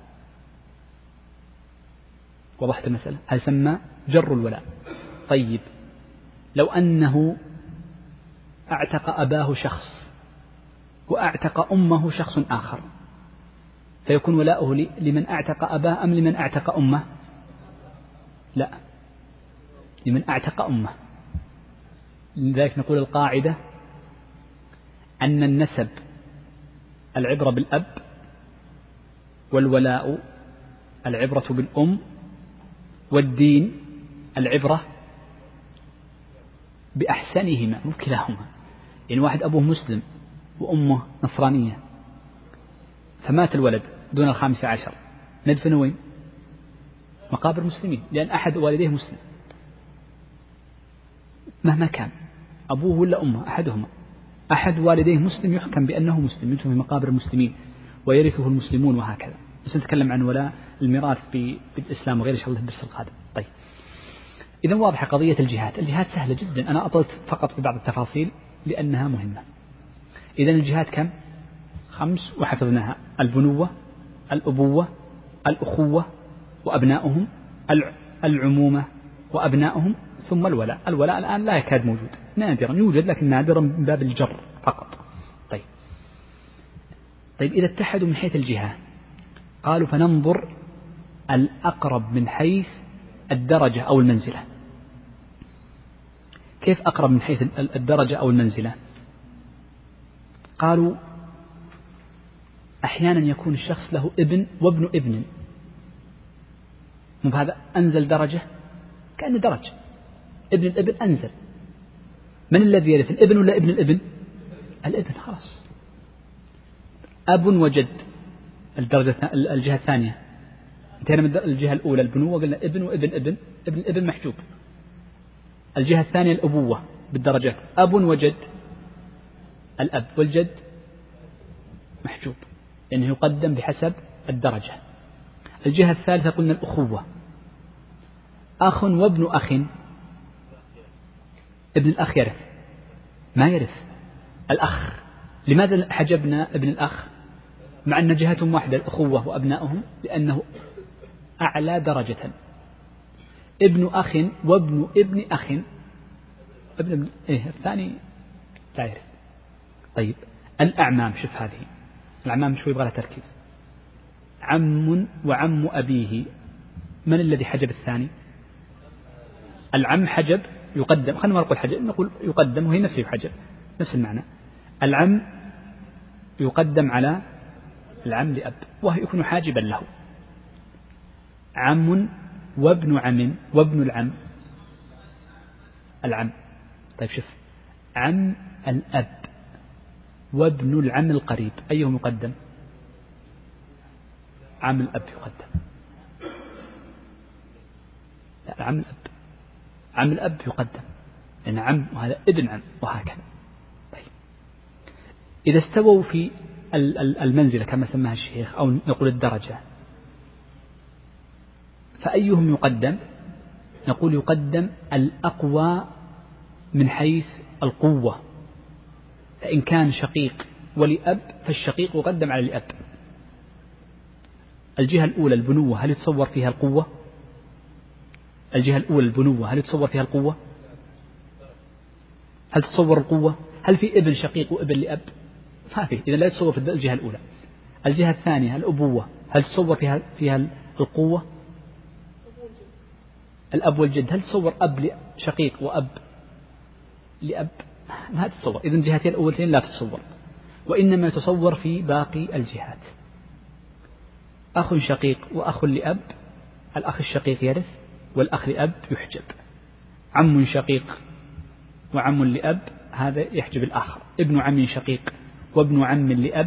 وضحت المسألة؟ هذا يسمى جر الولاء. طيب، لو أنه أعتق أباه شخص وأعتق أمه شخص آخر، فيكون ولاؤه لمن أعتق أباه أم لمن أعتق أمه؟ لا، لمن أعتق أمه. لذلك نقول القاعدة أن النسب العبرة بالأب، والولاء العبرة بالأم، والدين العبرة بأحسنهما، مو كلاهما. يعني واحد أبوه مسلم وأمه نصرانية، فمات الولد دون 15، ندفن وين؟ مقابر مسلمين، لأن أحد والديه مسلم مهما كان أبوه ولا أمه، أحدهما، أحد والديه مسلم يحكم بأنه مسلم، يدفن في مقابر المسلمين ويرثه المسلمون، وهكذا. بس نتكلم عن ولاء الميراث بالإسلام وغير، إن شاء الله الدرس القادم. طيب، إذن واضحة قضية الجهات. الجهات سهلة جدا، أنا أطلت فقط ببعض التفاصيل لأنها مهمة. إذن الجهات كم؟ 5 وحفظناها: البنوة، الأبوة، الأخوة وأبناؤهم، العمومة وأبنائهم ثم الولاء. الولاء الآن لا يكاد موجود، نادرا يوجد لكن نادرا من باب الجر فقط. طيب إذا اتحدوا من حيث الجهة قالوا فننظر الأقرب من حيث الدرجة أو المنزلة. كيف أقرب من حيث الدرجة أو المنزلة؟ قالوا أحيانا يكون الشخص له ابن وابن ابن، هذا أنزل درجة كأن درجة، ابن الابن أنزل. من الذي يرث، الابن ولا ابن الابن؟ الابن خلاص. أب وجد الجهة الثانية، انتهينا من الجهة الأولى البنوة قلنا ابن وابن ابن، ابن الابن محجوب. الجهة الثانية الأبوة بالدرجات، أب وجد، الأب والجد محجوب لأنه يقدم بحسب الدرجة. الجهة الثالثة قلنا الأخوة، أخ وابن أخ، ابن الأخ يرث ما يرث الأخ. لماذا حجبنا ابن الأخ مع أن جهتهم واحدة الأخوة وأبنائهم؟ لأنه أعلى درجة. ابن أخ وابن ابن أخ، ابن الثاني لا يرث. طيب الأعمام، شوف هذه الأعمام شوي يبغى لها تركيز. عم وعم أبيه، من الذي حجب الثاني؟ العم حجب يقدم، خلينا ما نقول حجب نقول يقدم، وهي نفسه حجب نفس المعنى. العم يقدم على العم لأب وهو يكون حاجبا له. عم وابن عم وابن العم، العم. طيب شوف، عم الأب وابن العم القريب أيهم يقدم؟ عم الأب يقدم. لا، عم الأب، عم الأب يقدم لأن عم وهذا ابن عم وهكذا. طيب إذا استووا في المنزلة كما سماها الشيخ أو نقول الدرجة، فأيهم يقدم؟ نقول يقدم الأقوى من حيث القوة. فإن كان شقيق ولأب فالشقيق يقدم على الأب. الجهة الأولى البنوة هل يتصور فيها القوة؟ الجهة الأولى البنوة هل يتصور فيها القوة؟ هل تتصور القوة؟ هل في ابن شقيق وابن لأب؟ ما في، إذا لا يتصور في الجهة الأولى. الجهة الثانية الأبوة هل تتصور فيها القوة؟ الأب والجد هل تصور أب شقيق وأب لأب؟ ما تتصور. إذن الجهتين الأولتين لا تتصور، وإنما يتصور في باقي الجهات. أخ شقيق وأخ لأب، الأخ الشقيق يرث والأخ لأب يحجب. عم شقيق وعم لأب هذا يحجب الآخر. ابن عم شقيق وابن عم لأب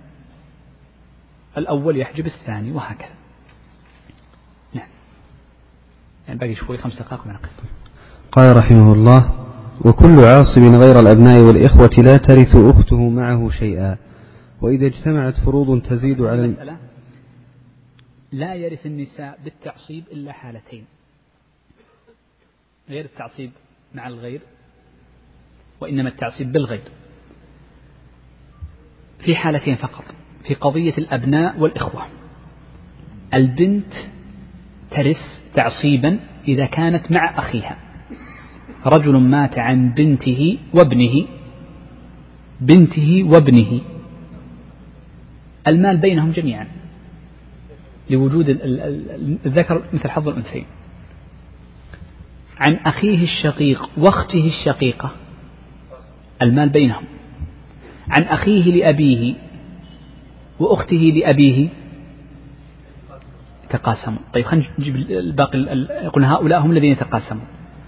الأول يحجب الثاني وهكذا. نعم، يعني باقي شوي 5 دقائق من القصة. قال رحمه الله: وكل عاصب غير الأبناء والإخوة لا ترث أخته معه شيئا، وإذا اجتمعت فروض تزيد على المسألة لا يرث النساء بالتعصيب إلا حالتين، غير التعصيب مع الغير، وإنما التعصيب بالغير في حالتين فقط. في قضية الأبناء والإخوة البنت ترث تعصيبا إذا كانت مع أخيها. رجل مات عن بنته وابنه، بنته وابنه، المال بينهم جميعا لوجود الذكر مثل حظ الأنثيين. عن أخيه الشقيق واخته الشقيقة المال بينهم. عن أخيه لأبيه وأخته لأبيه تقاسموا. طيب خلينا نجيب الباقي. قلنا هؤلاء هم الذين يتقاسمون.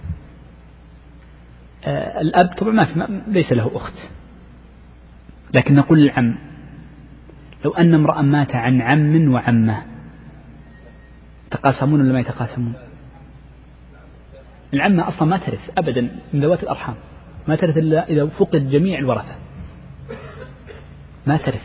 الأب طبعا ليس له أخت، لكن نقول العم. لو أن امرأ مات عن عم وعمة تقاسمون ولا ما يتقاسمون؟ العمة أصلا ما ترث أبدا من ذوات الأرحام، ما ترث إلا إذا فقد جميع الورثة، ما ترث.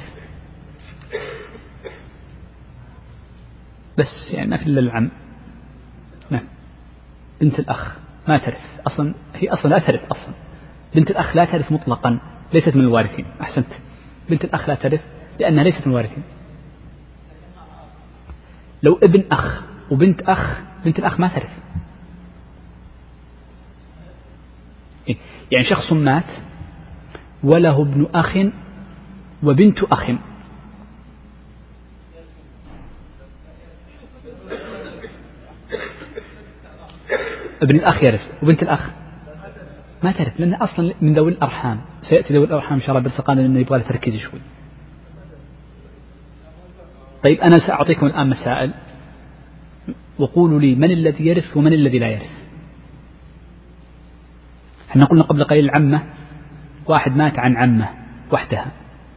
بس يعني ما في إلا العم. نعم. بنت الأخ ما ترث أصلا، هي أصلا لا ترث أصلا. بنت الأخ لا ترث مطلقا، ليست من الوارثين. أحسنت، بنت الأخ لا ترث لأنها ليست من الوارثين. لو ابن أخ وبنت أخ بنت الأخ ما ترث. يعني شخص مات وله ابن أخ وبنت أخ، ابن الأخ يرث وبنت الأخ ما ترث، لأن أصلا من ذوي الأرحام. سيأتي ذوي الأرحام إن شاء الله درس القادم، لأنه يبغى تركيز شوي. طيب أنا سأعطيكم الآن مسائل، وقولوا لي من الذي يرث ومن الذي لا يرث. احنا قلنا قبل قليل العمة، واحد مات عن عمة وحدها.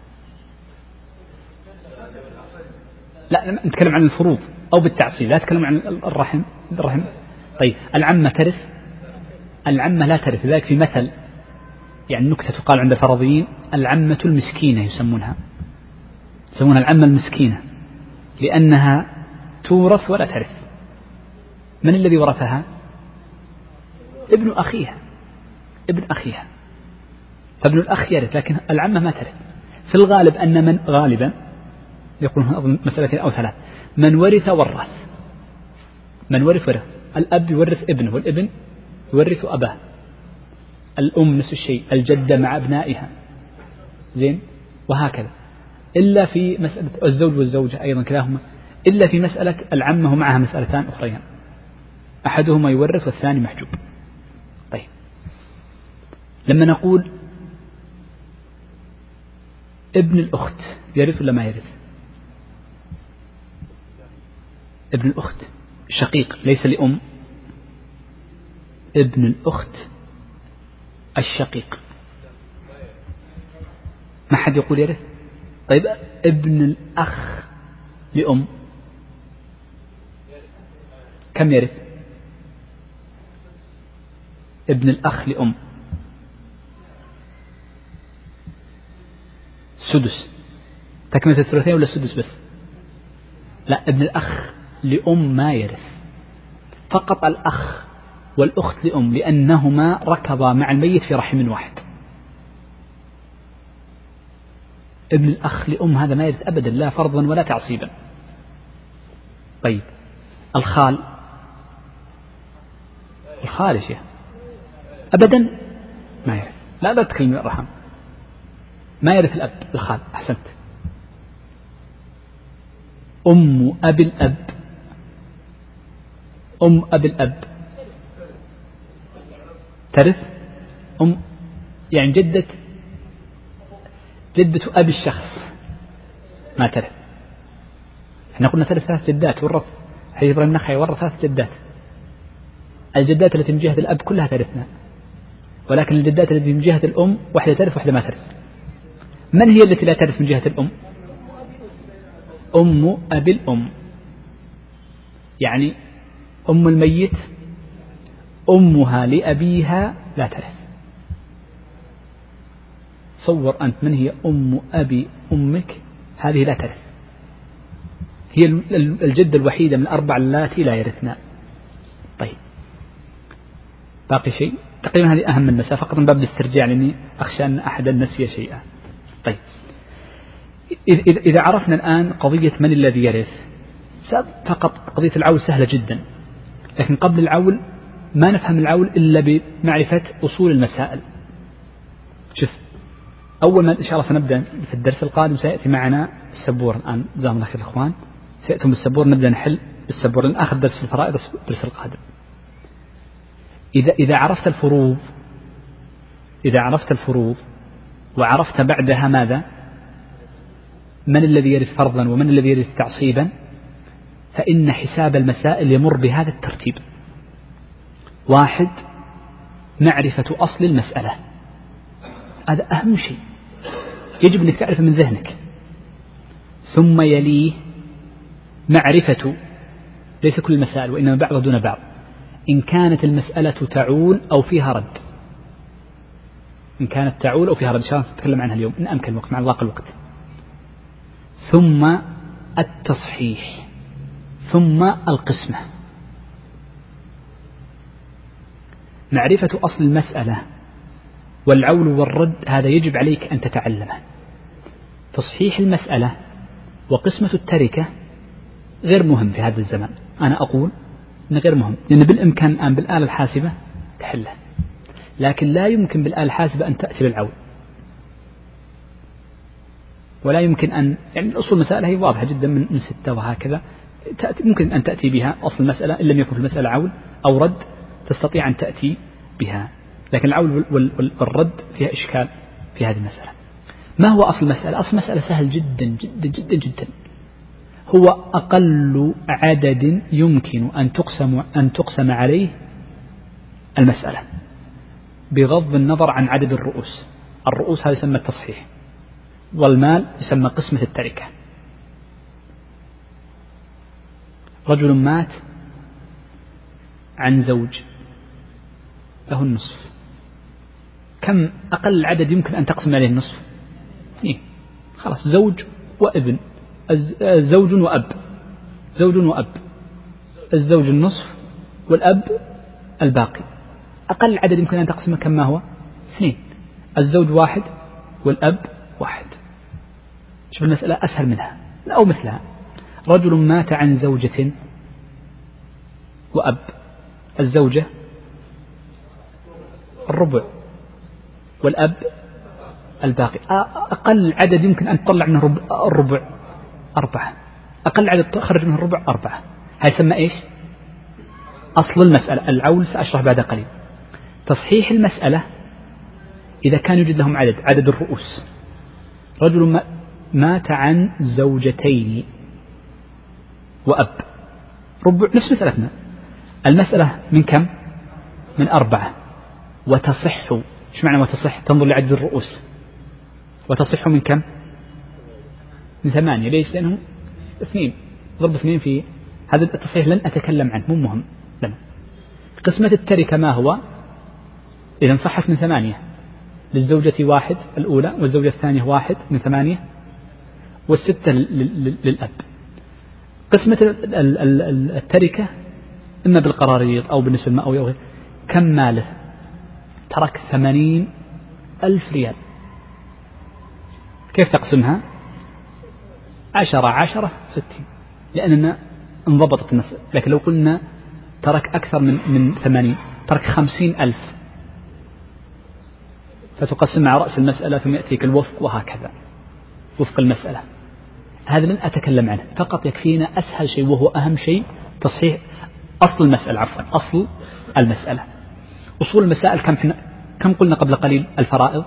لا نتكلم عن الفروض أو بالتعصيب، لا نتكلم عن الرحم. طيب العمة ترث؟ العمة لا ترث. لذلك في مثل يعني نكتة تقال عند الفرضيين: العمة المسكينة، يسمونها العمة المسكينة، لأنها تورث ولا ترث. من الذي ورثها؟ ابن أخيها. فابن الأخ يرث، لكن العمة ما ترث. في الغالب أن من غالبا يقولون مسألتين أو ثلاث: من ورث ورث. الأب يورث ابنه، والابن يورث أباه، الأم نفس الشيء، الجدة مع أبنائها، زين، وهكذا. إلا في مسألة الزوج والزوجة أيضا كلاهما، إلا في مسألة العمة معها مسألتان أخريان، أحدهما يورث والثاني محجوب. طيب لما نقول ابن الأخت يرث ولا ما يرث؟ ابن الأخت شقيق ليس لأم، ابن الأخت الشقيق ما حد يقول يرث. طيب ابن الأخ لأم كم يرث؟ ابن الأخ لأم سدس. تكملة الثلثين ولا السدس بس؟ لا، ابن الأخ لأم ما يرث، فقط الأخ والأخت لأم، لأنهما ركضا مع الميت في رحم واحد. ابن الأخ لأم هذا ما يرث أبدا، لا فرضا ولا تعصيبا. طيب الخال يا شيخ أبدا ما يرث، لا تكلم الرحم، ما يرث الأب. الخال أحسنت. أم أبي الأب ترث. يعني جدة أبي الشخص ما ترث. احنا قلنا ترث 3 جدات، ورث حديث إبراهيم النخعي ورث 3 جدات. الجدات التي من جهة الأب كلها ترثنا، ولكن الجدات التي من جهة الأم واحدة ترث واحدة ما ترث. من هي التي لا ترث من جهة الأم؟ أم أبي الأم، يعني أم الميت أمها لأبيها لا ترث. صور أنت من هي أم أبي أمك، هذه لا ترث، هي الجدة الوحيدة من 4 اللاتي لا يرثنا. طيب باقي شيء تقريبا هذه أهم المسألة، فقط من باب الاسترجاع لأني أخشى أن أحدا نسي شيئا. طيب إذا عرفنا الآن قضية من الذي يرث، فقط قضية العول سهلة جدا، لكن قبل العول ما نفهم العول إلا بمعرفة أصول المسائل. شوف، أول ما إن شاء الله سنبدأ في الدرس القادم سيأتي معنا السبور. الآن جزاهم الله خير الإخوان، سيأتون بالسبور، نبدأ نحل بالسبور، لأن آخر درس الفرائض الدرس القادم. إذا عرفت الفروض وعرفت بعدها ماذا؟ من الذي يرث فرضا ومن الذي يرث تعصيبا، فإن حساب المسائل يمر بهذا الترتيب: 1 معرفة أصل المسألة، هذا أهم شيء يجب أنك تعرفه من ذهنك. ثم يليه معرفة ليس كل المسائل وإنما بعضها دون بعض، إن كانت المسألة تعول أو فيها رد. إن كانت تعول أو فيها رد إن شاء الله نتكلم عنها اليوم إن أمكن الوقت مع ضاق الوقت. ثم التصحيح، ثم القسمة. معرفة أصل المسألة والعول والرد هذا يجب عليك أن تتعلمه. تصحيح المسألة وقسمة التركة غير مهم في هذا الزمان. أنا أقول إنه غير مهم، لأن بالإمكان الآن بالآلة الحاسبة تحله، لكن لا يمكن بالآلة الحاسبة أن تأتي بالعول، ولا يمكن أن يعني الأصول المسألة هي واضحة جدا من 6 وهكذا، ممكن أن تأتي بها أصل المسألة إن لم يكن في المسألة عول أو رد تستطيع أن تأتي بها، لكن العول والرد فيها إشكال في هذه المسألة. ما هو أصل المسألة؟ أصل المسألة سهل جدا جدا جدا جدا، هو أقل عدد يمكن أن تقسم عليه المسألة بغض النظر عن عدد الرؤوس. الرؤوس هذا يسمى التصحيح، والمال يسمى قسمة التركة. رجل مات عن زوج له النصف، كم أقل عدد يمكن أن تقسم عليه النصف؟ 2. خلاص، زوج وابن، زوج وأب، زوج وأب، الزوج النصف والأب الباقي. أقل عدد يمكن أن تقسمه كم ما هو؟ 2. الزوج 1 والأب 1. شوف المسألة أسهل منها أو مثلها. رجل مات عن زوجة وأب، الزوجة الربع والأب الباقي. أقل عدد يمكن أن تطلع منه الربع 4، أقل عدد تخرج منه الربع 4. هذا يسمى إيش؟ أصل المسألة. العول سأشرح بعد قليل. تصحيح المسألة إذا كان يوجد لهم عدد الرؤوس. رجل مات عن زوجتين وأب، ربع، نفس مسألتنا. المسألة من كم؟ من 4. وتصح، إيش معنى وتصح؟ تنظر لعدد الرؤوس. وتصح من كم؟ من 8. ليش؟ لأنه 2 ضرب 2 في هذا التصحيح لن أتكلم عنه، مو مهم لنا. قسمة التركة ما هو؟ إذا صحت من 8 للزوجة 1 الأولى، والزوجة الثانية 1 من 8، والستة للأب. قسمة التركة إما بالقراريط أو بالنسبة للمأوي أو غيره. كم ماله؟ ترك 80,000 ريال. كيف تقسمها؟ 10 60، لأننا انضبطت المسألة. لكن لو قلنا ترك أكثر من 80، ترك 50,000، فتقسم مع رأس المسألة ثم يأتيك الوفق وهكذا وفق المسألة. هذا لن أتكلم عنه، فقط يكفينا أسهل شيء وهو أهم شيء تصحيح أصل المسألة. عفوا، أصل المسألة. أصول المسائل كم قلنا قبل قليل؟ الفرائض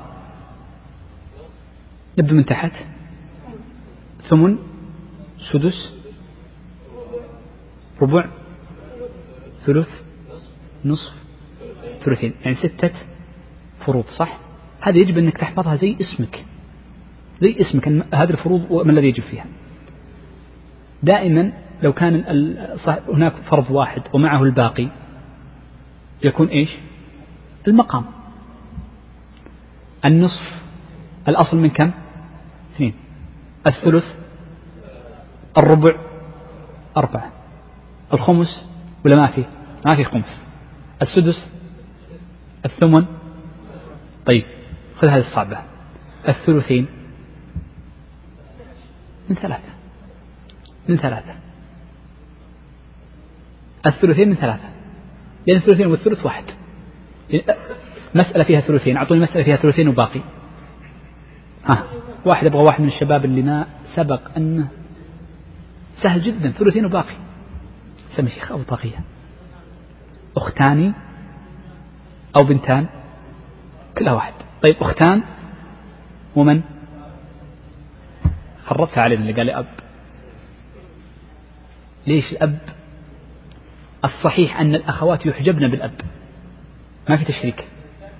نبدأ من تحت: ثمن، سدس، ربع، ثلث، نصف، ثلثين، يعني 6 فروض، صح؟ هذا يجب أنك تحفظها زي اسمك، زي اسمك. هذه الفروض وما الذي يجب فيها. دائما لو كان هناك فرض واحد ومعه الباقي يكون إيش؟ المقام. النصف الأصل من كم؟ 2. الثلث، الربع 4، الخمس ولا ما في خمس، السدس، الثمن. طيب خذ هذه الصعبة. الثلثين من 3، الثلثين من 3، لأن الثلثين والثلث 1. مسألة فيها ثلثين، أعطوني مسألة فيها ثلثين وباقي. واحد، أبغى واحد من الشباب اللي ما سبق أنه سهل جدا، ثلثين وباقي. سمي شيخ أو طاغية. أختان أو بنتان كلها واحد. طيب أختان ومن؟ خربتها علينا اللي قال لي أب. ليش الأب؟ الصحيح أن الأخوات يحجبن بالأب، ما في تشريك.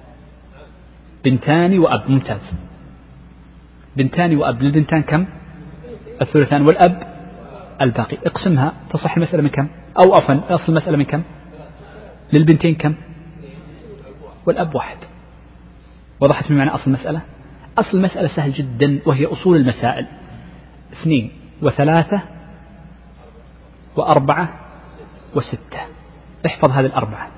بنتان وأب، ممتاز. بنتان وأب، للبنتان كم؟ الثلثان، والأب الباقي. اقسمها تصح المسألة من كم؟ أو عفوا، أصل المسألة من كم؟ للبنتين كم؟ والأب 1. وضحت من معنى أصل المسألة؟ أصل المسألة سهل جدا، وهي أصول المسائل: 2 و3 و4 و6. احفظ هذه 4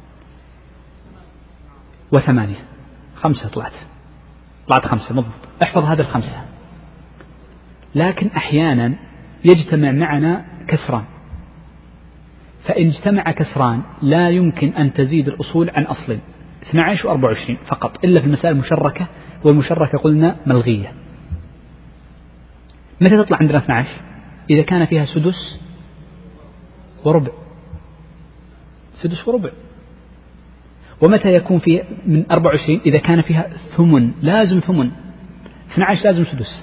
و8، 5 طلعت 5 مضبوط. احفظ هذه 5. لكن أحيانا يجتمع معنا كسران، فإن اجتمع كسران لا يمكن أن تزيد الأصول عن أصل 12 و24 فقط إلا في المسائل المشركة، والمشركة قلنا ملغية. متى تطلع عندنا 12؟ إذا كان فيها سدس وربع، سدس وربع. ومتى يكون فيه من 24؟ إذا كان فيها ثمن، لازم ثمن. 12 لازم سدس،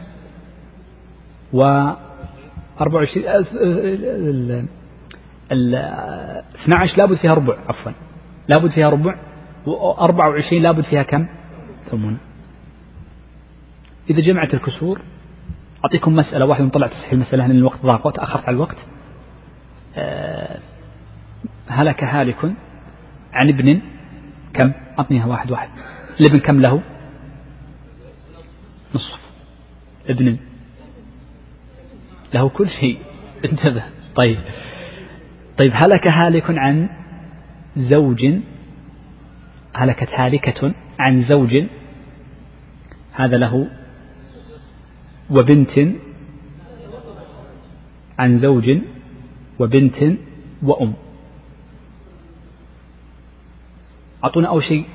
و24 12 لابد فيها ربع، عفوا لابد فيها ربع، و24 لابد فيها كم؟ ثمن. إذا جمعت الكسور أعطيكم مسألة واحدة طلعت تصحيح المسألة لأن الوقت ضاق وتأخرت على الوقت. هلك هالك عن ابن كم؟ أعطنيها واحد واحد. الابن كم له؟ نصف. ابن له كل شيء، انتبه. طيب هلك هالك عن زوج، هلكت هالكة عن زوج، هذا له، وبنت عن زوج وبنت وأم. أعطونا أول شيء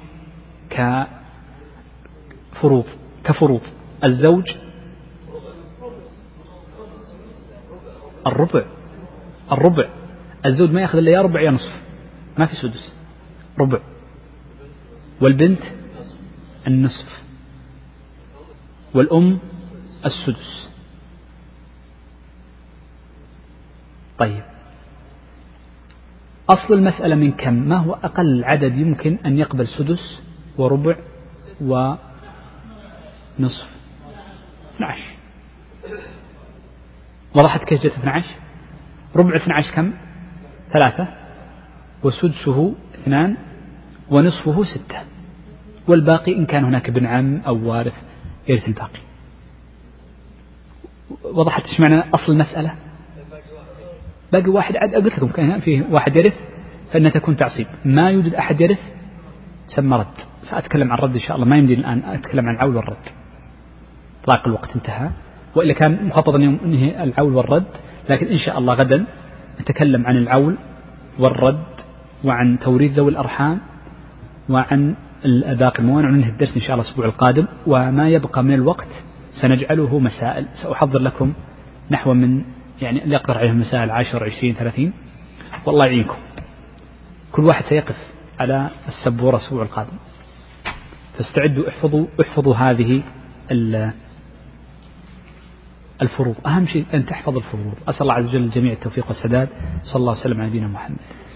كفروض. الزوج الربع. الزوج ما يأخذ إلا يا ربع يا نصف، ما في سدس، ربع. والبنت النصف، والأم السدس. طيب أصل المسألة من كم؟ ما هو أقل عدد يمكن أن يقبل سدس وربع ونصف؟ 12. وضحت كيف جت 12؟ ربع 12 كم؟ 3، وسدسه 2، ونصفه 6، والباقي إن كان هناك ابن عم أو وارث يرث الباقي. وضحت إيش معنى أصل المسألة؟ باقي واحد عد، قلت لكم كان فيه واحد يرث فإنها تكون تعصيب، ما يوجد أحد يرث سمى رد. سأتكلم عن الرد إن شاء الله، ما يمدي الآن أتكلم عن العول والرد، طلاق الوقت انتهى، وإلا كان مخطط أن ينهي العول والرد، لكن إن شاء الله غدا نتكلم عن العول والرد وعن توريث ذوي الأرحام وعن باقي الموانع، وننهي الدرس إن شاء الله الأسبوع القادم. وما يبقى من الوقت سنجعله مسائل، سأحضر لكم نحو من يعني اللي يقدر عليهم مسائل 10 20 30، والله يعينكم. كل واحد سيقف على السبورة الأسبوع القادم، فاستعدوا، احفظوا هذه الفروض. أهم شيء أن تحفظ الفروض. أسأل الله عز وجل الجميع التوفيق والسداد. صلى الله وسلم على نبينا محمد.